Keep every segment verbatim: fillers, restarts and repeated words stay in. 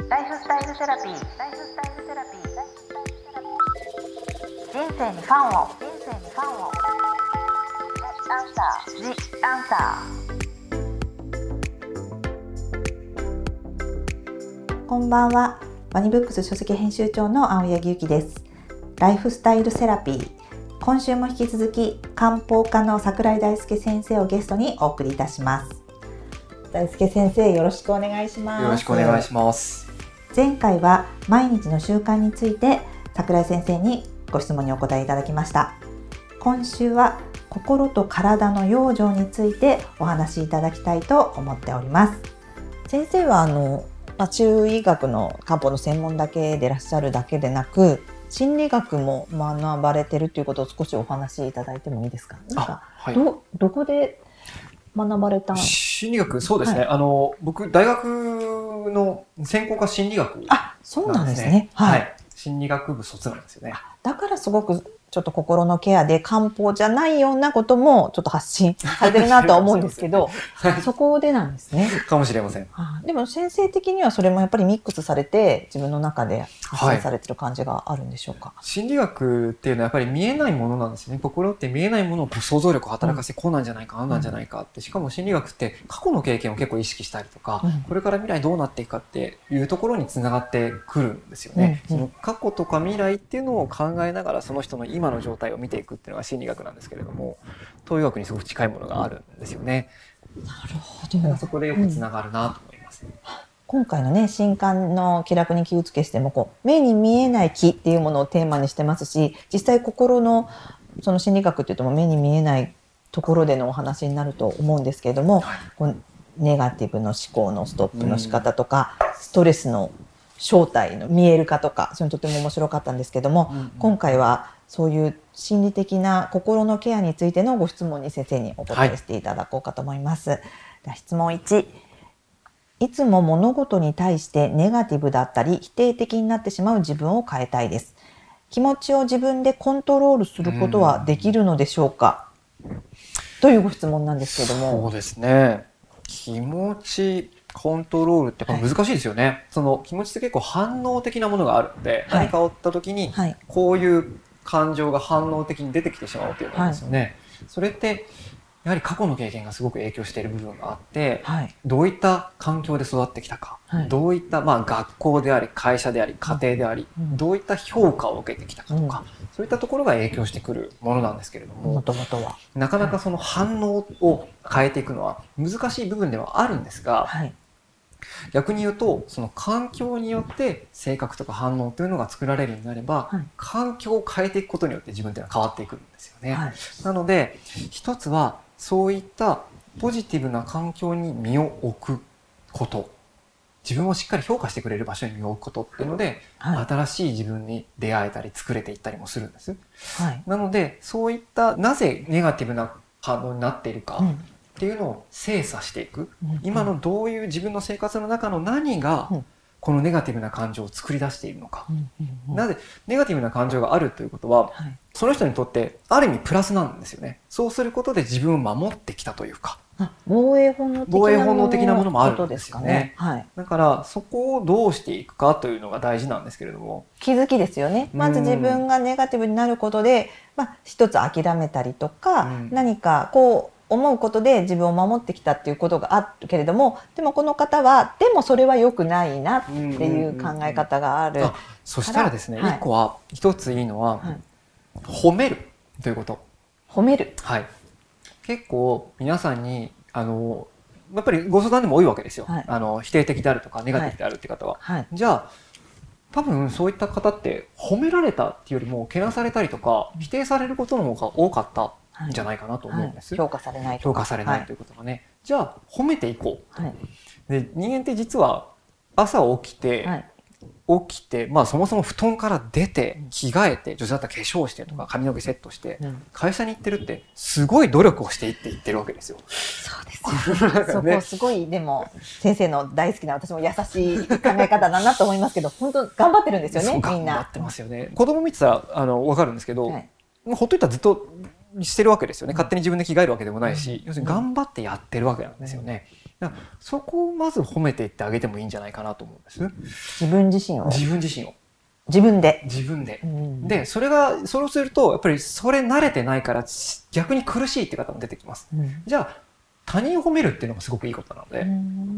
ライフスタイルセラピー。ライフスタイルセラピー。人生にファンを。人生にファンを。アンサー。ジアンサー。こんばんは。ワニブックス書籍編集長の青柳ゆきです。ライフスタイルセラピー。今週も引き続き漢方科の櫻井大輔先生をゲストにお送りいたします。大輔先生、よろしくお願いします。 よろしくお願いします。 前回は毎日の習慣について櫻井先生にご質問にお答えいただきました。今週は心と体の養生についてお話しいただきたいと思っております。先生はあの、まあ、中医学の漢方の専門だけでいらっしゃるだけでなく、心理学も学ばれてるということを少しお話しいただいてもいいですか？なんか、はい、ど, どこで学ばれた？ 心理学、そうですね、 はい、 あの僕大学の専攻が心理学なんですね。 あ、そうなんですね、はい、はい、 心理学部卒なんですよね。 だからすごくちょっと心のケアで漢方じゃないようなこともちょっと発信されてるなとは思うんですけどそこでなんですね。 かもしれません。 でも先生的にはそれもやっぱりミックスされて自分の中で発信されてる感じがあるんでしょうか？ はい、心理学っていうのはやっぱり見えないものなんですね。心って見えないものを想像力を働かせて、うん、こうなんじゃないかあんなんじゃないかって、しかも心理学って過去の経験を結構意識したりとか、うん、これから未来どうなっていくかっていうところにつながってくるんですよね。うんうん、その過去とか未来っていうのを考えながらその人の今の状態を見ていくっていうのが心理学なんですけれども、東洋学にすごく近いものがあるんですよね。 なるほど。 だからそこでよくつながるなと思います。うん、 今回のね、新刊の気楽に気をつけしてもこう目に見えない気っていうものをテーマにしてますし、実際心のその心理学っていうとも目に見えないところでのお話になると思うんですけれども、はい、こうネガティブの思考のストップの仕方とか、うん、ストレスの正体の見える化とか、それとても面白かったんですけども、うんうん、今回はそういう心理的な心のケアについてのご質問に先生にお答えしていただこうかと思います。はい、では質問いち、いつも物事に対してネガティブだったり否定的になってしまう自分を変えたいです。気持ちを自分でコントロールすることはできるのでしょうか？というご質問なんですけども。 そうですね、気持ちコントロールって難しいですよね。はい、その気持ちって結構反応的なものがあるので、はい、何か起った時にこういう感情が反応的に出てきてしまうということですよね。はい、それってやはり過去の経験がすごく影響している部分があって、はい、どういった環境で育ってきたか、はい、どういった、まあ、学校であり会社であり家庭であり、うん、どういった評価を受けてきたかとか、うん、そういったところが影響してくるものなんですけれども、 元々はなかなかその反応を変えていくのは難しい部分ではあるんですが、はい、逆に言うとその環境によって性格とか反応というのが作られるようになれば、はい、環境を変えていくことによって自分というのは変わっていくんですよね。はい、なので一つはそういったポジティブな環境に身を置くこと、自分をしっかり評価してくれる場所に身を置くことっていうので、はい、新しい自分に出会えたり作れていったりもするんです。はい、なのでそういったなぜネガティブな反応になっているか、うんっていうのを精査していく、うん、今のどういう自分の生活の中の何がこのネガティブな感情を作り出しているのか、うんうんうん、なぜネガティブな感情があるということは、はい、その人にとってある意味プラスなんですよね。そうすることで自分を守ってきたというか、 防衛本能的な防衛本能的なものもあるんですよね。 ね、はい、 だからそこをどうしていくかというのが大事なんですけれども、 気づきですよね。まず自分がネガティブになることで、まあ、一つ諦めたりとか、うん、何かこう思うことで自分を守ってきたっていうことがあるけれども、でもこの方はでもそれは良くないなっていう考え方がある、うんうんうん、あ、 そしたらですね、はい、一個は一ついいのは、はい、褒めるということ。 褒める、 はい、結構皆さんにあのやっぱりご相談でも多いわけですよ、はい、あの否定的であるとかネガティブであるって方は、はいはい、じゃあ多分そういった方って褒められたっていうよりもけなされたりとか否定されることの方が多かったじゃないかなと思うんです。 はいはい、評価されないとか評価されないということがね、はい、じゃあ褒めていこう、はい、で人間って実は朝起きて、はい、起きて、まあ、そもそも布団から出て着替えて女性だったら化粧してとか髪の毛セットして会社に行ってるってすごい努力をしていって言ってるわけですよ。 そうですよ、ね、そこすごいでも先生の大好きな私も優しい考え方だなと思いますけど本当頑張ってるんですよね。みんな頑張ってますよね。子供見てたらあの分かるんですけど、はい、ほっといたらずっとしてるわけですよね。勝手に自分で着替えるわけでもないし、うん、要するに頑張ってやってるわけなんですよね。 だからそこをまず褒めていってあげてもいいんじゃないかなと思うんです。 自分自身を自分自身を自分で自分で、 うん、 でそれがそうするとやっぱりそれ慣れてないから逆に苦しいって方も出てきます、うん、じゃあ他人を褒めるっていうのがすごくいいことなので、うん、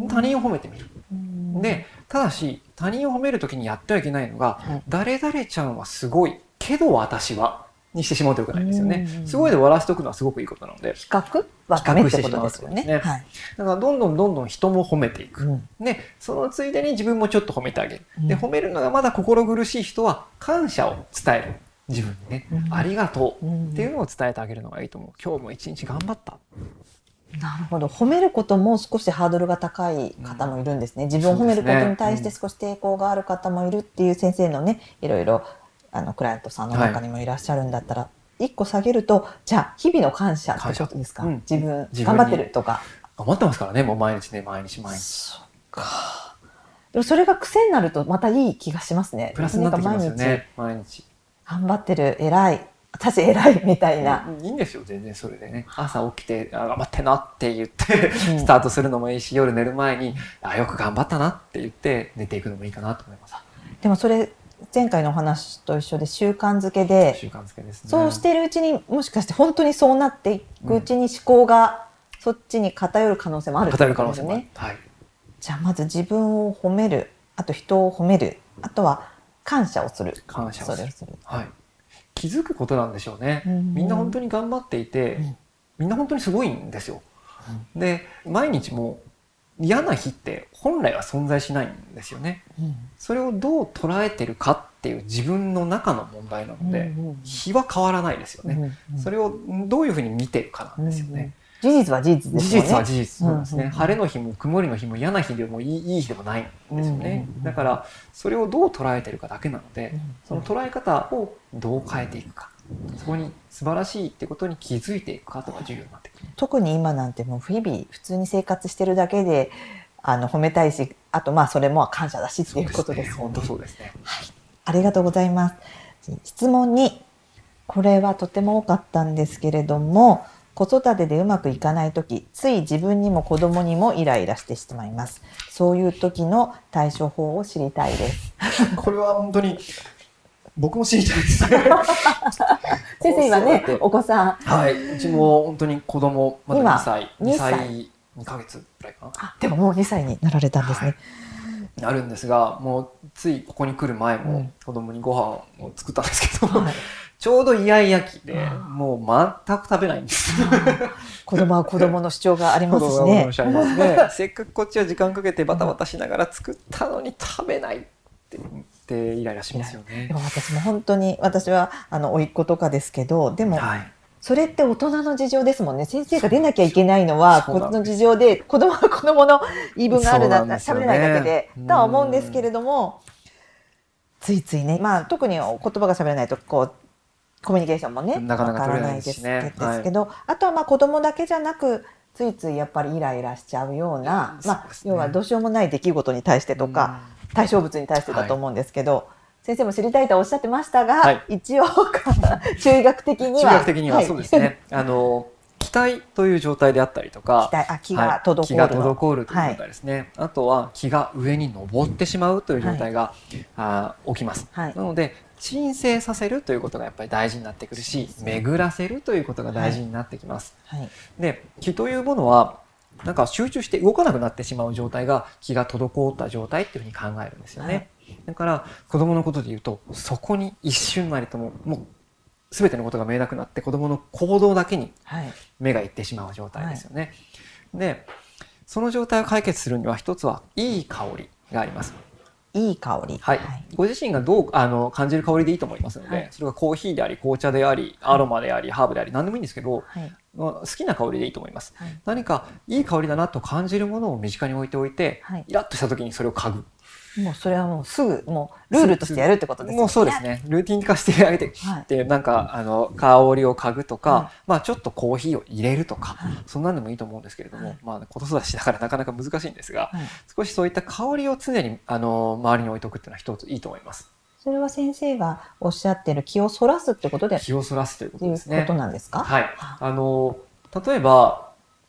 他人を褒めてみる、うん、でただし他人を褒めるときにやってはいけないのが、うん、誰々ちゃんはすごいけど私はにしてしまうとよくないですよね、うん、すごいで終わらせておくのはすごくいいことなので、 比較はダメってことですよね、 はい、だからどんどんどんどん人も褒めていく、うん、でそのついでに自分もちょっと褒めてあげる、うん、で褒めるのがまだ心苦しい人は感謝を伝える、自分にね、うん、ありがとうっていうのを伝えてあげるのがいいと思う。今日も一日頑張った、 なるほど。褒めることも少しハードルが高い方もいるんですね、うん、自分を褒めることに対して少し抵抗がある方もいるっていう先生のね、いろいろあのクライアントさんの中にもいらっしゃるんだったら、はい、一個下げると、じゃあ日々の感謝ってことですか、うん、自分頑張ってるとか、 頑張ってますからね、もう毎日ね、毎日毎日。 そっか。でもそれが癖になるとまたいい気がしますね。 プラスになってきますよね、毎日頑張ってる、偉い、私偉いみたいな、 いいんですよ全然それでね。朝起きてあ頑張ってなって言ってスタートするのもいいし、夜寝る前にあよく頑張ったなって言って寝ていくのもいいかなと思います。 でもそれ前回のお話と一緒で習慣づけで、 習慣づけですね。 そうしているうちにもしかして本当にそうなっていくうちに思考がそっちに偏る可能性もあるってことですね。 はい、 じゃあまず自分を褒める、あと人を褒める、あとは感謝をする。 感謝をする。するはい。気づくことなんでしょうね。うん、みんな本当に頑張っていて、うん、みんな本当にすごいんですよ。うん、で毎日も嫌な日って本来は存在しないんですよね、うん、それをどう捉えてるかっていう自分の中の問題なので、うんうん、日は変わらないですよね、うんうん、それをどういうふうに見てるかなんですよね、 うんうん、事実は事実ですよね。 事実は事実、そうですね、うんうん、晴れの日も曇りの日も嫌な日でもいい、いい日でもないんですよね、うんうん、だからそれをどう捉えてるかだけなので、うんうん、その捉え方をどう変えていくか、そこに素晴らしいってことに気づいていくことが重要になってくる。 特に今なんてもう日々普通に生活してるだけであの褒めたいし、あとまあそれも感謝だしっていうことですよね。 本当そうですね、 はい、ありがとうございます。質問に、これはとても多かったんですけれども、子育てでうまくいかないとき、つい自分にも子供にもイライラしてしまいます。そういう時の対処法を知りたいです。 これは本当に僕も知りたいですね。 先生今ね、お子さん。 はい、うちも本当に子供まだにさい、にさいにかげつくらいかな。 あ、でももうにさいになられたんですね。はい、 なるんですが、もうついここに来る前も子供にご飯を作ったんですけど、うんはい、ちょうどイヤイヤ期でもう全く食べないんです。 子供は子供の主張がありますしね。 ありますね。せっかくこっちは時間かけてバタバタしながら作ったのに食べないってでイライラしますよね。 でも私も本当に、私はあの甥っ子とかですけど、でも、はい、それって大人の事情ですもんね。先生が出なきゃいけないのは子供の事情で、子供は子供の言い分があるな、喋れないだけでとは思うんですけれども、ついついね、まあ特に言葉が喋れないとこうコミュニケーションもねなかなか取れないですしね。ですけど、はい、あとはまあ子供だけじゃなく、ついついやっぱりイライラしちゃうような、まあ要はどうしようもない出来事に対してとか、対象物に対してだと思うんですけど、はい、先生も知りたいとおっしゃってましたが、はい、一応中医学的には中医学的にはそうですね、はい、あの気体という状態であったりとか、 気体、あ、気が滞る、はい、 気が滞るという状態ですね、はい、あとは気が上に上ってしまうという状態が、はい、あ起きます、はい、なので鎮静させるということがやっぱり大事になってくるし、巡らせるということが大事になってきます、はいはい、で気というものはなんか集中して動かなくなってしまう状態が気が滞った状態っていうふうに考えるんですよね、はい、だから子供のことで言うと、そこに一瞬なりとももう全てのことが見えなくなって子供の行動だけに目がいってしまう状態ですよね、はい、でその状態を解決するには一つはいい香りがあります。 いい香り、 はいはい、ご自身がどうあの感じる香りでいいと思いますので、はい、それがコーヒーであり紅茶でありアロマでありハーブであり何でもいいんですけど、はい、好きな香りでいいと思います、はい、何かいい香りだなと感じるものを身近に置いておいて、はい、イラッとした時にそれを嗅ぐ。 もうそれはもうすぐもうルールとしてやるってことですね。 もうそうですね。ルーティン化してあげて、はい、でなんかあの香りを嗅ぐとか、はい、まあちょっとコーヒーを入れるとか、はい、そんなんでもいいと思うんですけれども、はい、まあ子育てしながらなかなか難しいんですが、はい、少しそういった香りを常にあの周りに置いておくっていうのは一ついいと思います。 それは先生がおっしゃっている気をそらすってことで、 気をそらすということですね。 いうことなんですか？ はい。あの例えば。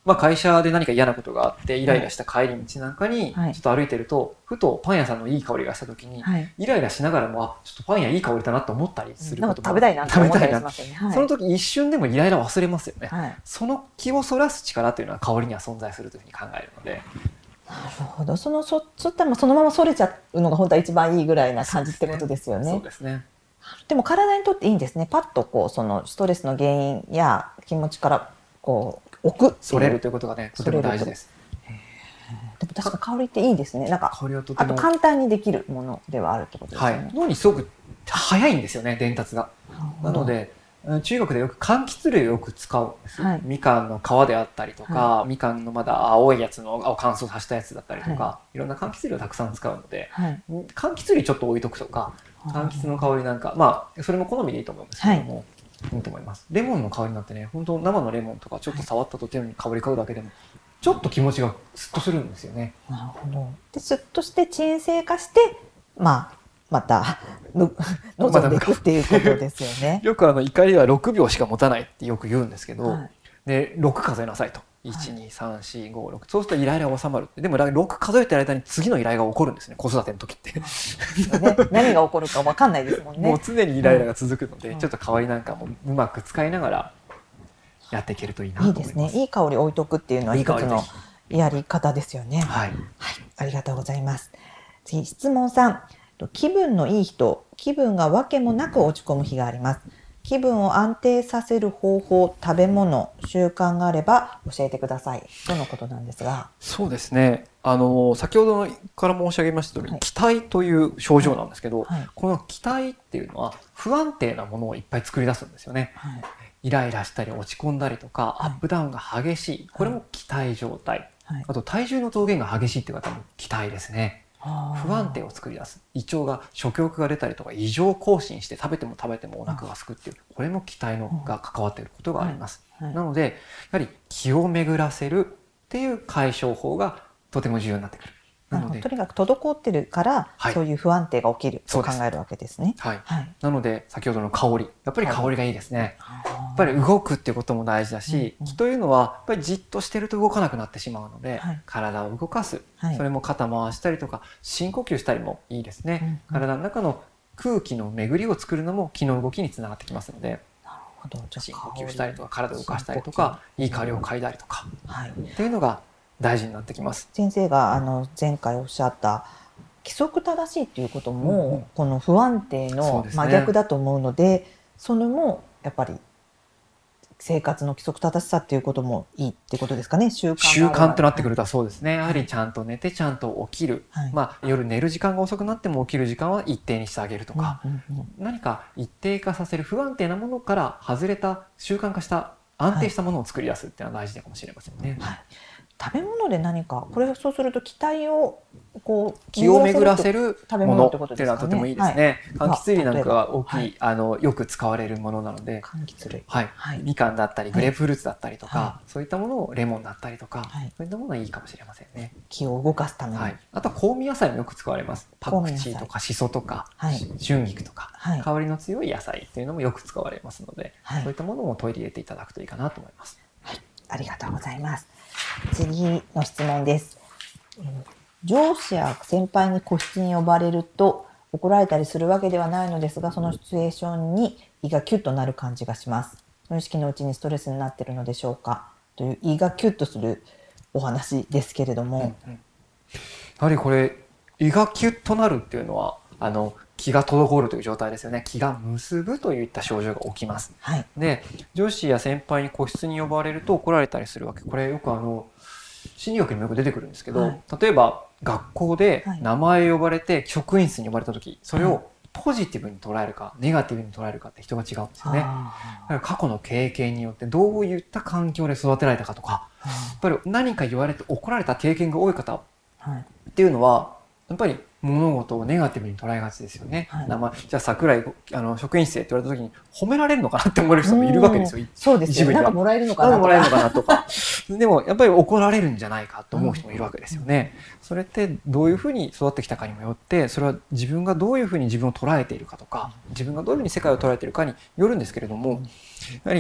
まあ、会社で何か嫌なことがあってイライラした帰り道なんかにちょっと歩いてると、はい、ふとパン屋さんのいい香りがした時に、はい、イライラしながらもあちょっとパン屋いい香りだなと思ったりすることも、 食べたいなって思ったりしますよね、はい、 その時一瞬でもイライラ忘れますよね、はい、その気をそらす力というのは香りには存在するというふうに考えるので。 なるほど。そのそそったらそのままそれちゃうのが本当は一番いいぐらいな感じってことですよね。 そうですね。 でも体にとっていいんですね。パッとこうそのストレスの原因や気持ちからこう置くそれるということがねとても大事です。 でも確か香りっていいですね。なんか香りはとてもあと簡単にできるものではあるってことですよね。はい、 脳にすごく早いんですよね伝達が。なので中国でよく柑橘類をよく使うんです、はい、みかんの皮であったりとか、はい、みかんのまだ青いやつの青乾燥させたやつだったりとか、はい、いろんな柑橘類をたくさん使うので、はい、柑橘類ちょっと置いとくとか柑橘の香りなんかまあそれも好みでいいと思うんですけども、はい、いいと思います。レモンの香りなんてね本当生のレモンとかちょっと触ったと手に香り嗅ぐだけでもちょっと気持ちがスッとするんですよね。 なるほど。でスッとして鎮静化してまあまた望んでいくっていうことですよね。 よくあの怒りはろくびょうしか持たないってよく言うんですけど、はい、でろく数えなさいといちにさんしごろくそうするとイライラが収まる。でもろく数えてる間に次のイライラが起こるんですね子育ての時って、ね、 何が起こるか分かんないですもんね。 もう常にイライラが続くので、うん、ちょっと香りなんかもうまく使いながらやっていけるといいなと思います。 いいですね。いい香り置いとくっていうのは一つのやり方ですよね。 はい、はい、 ありがとうございます。次質問さん。気分のいい人、気分がわけもなく落ち込む日があります。気分を安定させる方法、食べ物、習慣があれば教えてください。とのことなんですが。 そうですね。あの先ほどから申し上げました通り、はい、期待という症状なんですけど、はいはい、この期待っていうのは不安定なものをいっぱい作り出すんですよね。はい、イライラしたり落ち込んだりとか、はい、アップダウンが激しい。これも期待状態。はい、あと体重の増減が激しいっていう方も期待ですね。不安定を作り出す。胃腸が食欲が出たりとか異常更新して食べても食べてもお腹がすくっていう、これも気体のが関わっていることがあります、はいはい、なのでやはり気を巡らせるっていう解消法がとても重要になってくる。 なのでとにかく滞ってるから、はい、そういう不安定が起きると考えるわけですね。 はいはい、なので先ほどの香りやっぱり香りがいいですね。はい、やっぱり動くっていうことも大事だし、うんうん、気というのはやっぱりじっとしてると動かなくなってしまうので、はい、体を動かす、はい、それも肩回したりとか深呼吸したりもいいですね、うんうん、体の中の空気の巡りを作るのも気の動きにつながってきますので、 なるほど。じゃあ深呼吸したりとか体を動かしたりとかいい香りを嗅いだりとか、はい、っていうのが大事になってきます。 先生があの前回おっしゃった規則正しいということも、うんうん、この不安定の真逆だと思うので、それもやっぱり生活の規則正しさっていうこともいいってことですかね。習慣習慣となってくるとそうですね。やはりちゃんと寝てちゃんと起きる、はい、まあ、夜寝る時間が遅くなっても起きる時間は一定にしてあげるとか、うんうんうん、何か一定化させる不安定なものから外れた習慣化した安定したものを作り出すっていうのは大事かもしれませんね。はいはい、 食べ物で何かこれそうすると気体をこう気を巡らせるものっていうのはとてもいいですね。はい、柑橘類なんかは大きい、はい、あのよく使われるものなので、 柑橘類、 はいはい、みかんだったりグレープフルーツだったりとか、はい、そういったものをレモンだったりとか、はい、そういったものはいいかもしれませんね。 気を動かすために、はい、 あとは香味野菜もよく使われます。パクチーとかシソとか、はい、春菊とか、はい、香りの強い野菜っていうのもよく使われますので、はい、そういったものも取り入れていただくといいかなと思います。 はい、ありがとうございます。次の質問です。上司や先輩に個室に呼ばれると怒られたりするわけではないのですが、そのシチュエーションに胃がキュッとなる感じがします。無意識のうちにストレスになっているのでしょうか、という胃がキュッとするお話ですけれども、うんうん、やはりこれ胃がキュッとなるっていうのはあの気が滞るという状態ですよね。気が結ぶといった症状が起きます、はい、で上司や先輩に個室に呼ばれると怒られたりするわけ。これよくあの心理学にもよく出てくるんですけど、はい、例えば学校で名前を呼ばれて職員室に呼ばれた時、それをポジティブに捉えるかネガティブに捉えるかって人が違うんですよね。だから過去の経験によってどういった環境で育てられたかとか、やっぱり何か言われて怒られた経験が多い方っていうのはやっぱり物事をネガティブに捉えがちですよね。はい、名前じゃあ桜井あの職員室へって言われた時に褒められるのかなって思われる人もいるわけですよ。 そうですよ。なんかもらえるのかなとか。 もらえるのかなとか。でもやっぱり怒られるんじゃないかと思う人もいるわけですよね。うん、それってどういうふうに育ってきたかにもよって、それは自分がどういうふうに自分を捉えているかとか、自分がどういうふうに世界を捉えているかによるんですけれども、やはり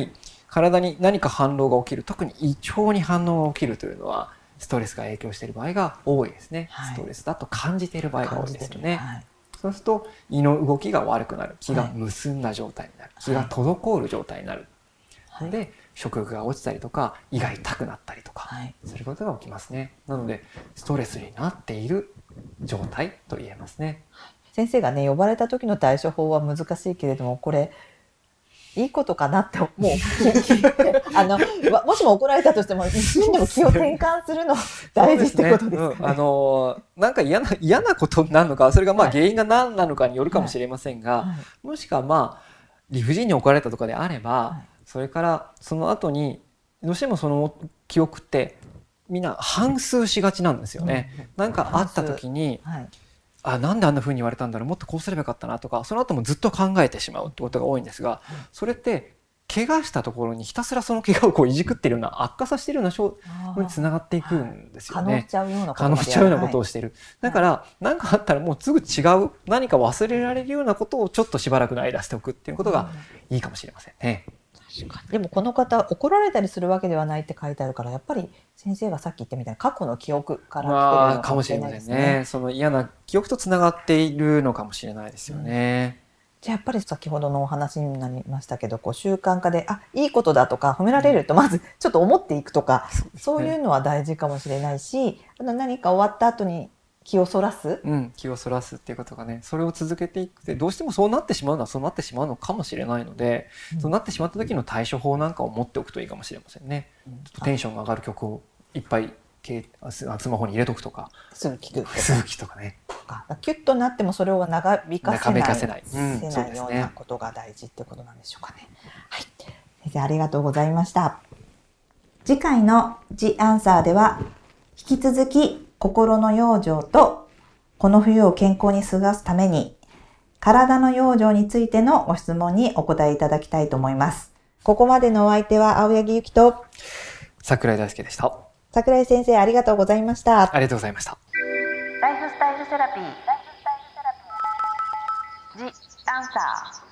体に何か反応が起きる、特に胃腸に反応が起きるというのはストレスが影響している場合が多いですね、はい、ストレスだと感じている場合が多いですよね、はい、そうすると胃の動きが悪くなる、気が結んだ状態になる、はい、気が滞る状態になる、はい、で食欲が落ちたりとか胃が痛くなったりとかすることが起きますね。なのでストレスになっている状態と言えますね。 先生がね呼ばれた時の対処法は難しいけれども、これいいことかなってもうあのもしも怒られたとしても一瞬でも気を転換するの大事ってことですね。 うん、あのなんか嫌な嫌なことになるのか、それがまあ原因が何なのかによるかもしれませんが、はいはい、もしくはまあ理不尽に怒られたとかであれば、はい、それからその後にどうしてもその記憶ってみんな反芻しがちなんですよね。うん、なんかあった時に、はい、あ、なんであんな風に言われたんだろう、もっとこうすればよかったなとか、その後もずっと考えてしまうってことが多いんですが、それって怪我したところにひたすらその怪我をこういじくっているような、悪化させているような症につながっていくんですよね。 可能しちゃうようなこと可能しちゃうようなことをしている。だから何かあったらもうすぐ違う何か忘れられるようなことをちょっとしばらくの間しておくっていうことがいいかもしれませんね。 でもこの方怒られたりするわけではないって書いてあるから、やっぱり先生がさっき言ったみたいな過去の記憶から来てるのかもしれないですね。まあ、かもしれませんね。 その嫌な記憶とつながっているのかもしれないですよね。うん、 じゃあやっぱり先ほどのお話になりましたけど、こう習慣化であいいことだとか褒められるとまずちょっと思っていくとか、うん、そうですね、そういうのは大事かもしれないし、あの何か終わった後に気をそらす、 うん、気をそらすっていうことがね、それを続けていくで、どうしてもそうなってしまうのはそうなってしまうのかもしれないので、うん、そうなってしまった時の対処法なんかを持っておくといいかもしれませんね。うん、ちょっとテンションが上がる曲をいっぱいスマホに入れとくとか、 すぐ聞くとか、 すぐ聞くとかね、 キュッとなってもそれを長引かせない、 長引かせない、 うん、せないようなことが大事ってことなんでしょうかね。はい、先生ありがとうございました。次回の The Answer では引き続き心の養生とこの冬を健康に過ごすために体の養生についてのご質問にお答えいただきたいと思います。ここまでのお相手は青柳ゆきと櫻井大輔でした。 櫻井先生ありがとうございました。 ありがとうございました。 ライフスタイルセラピー The Answer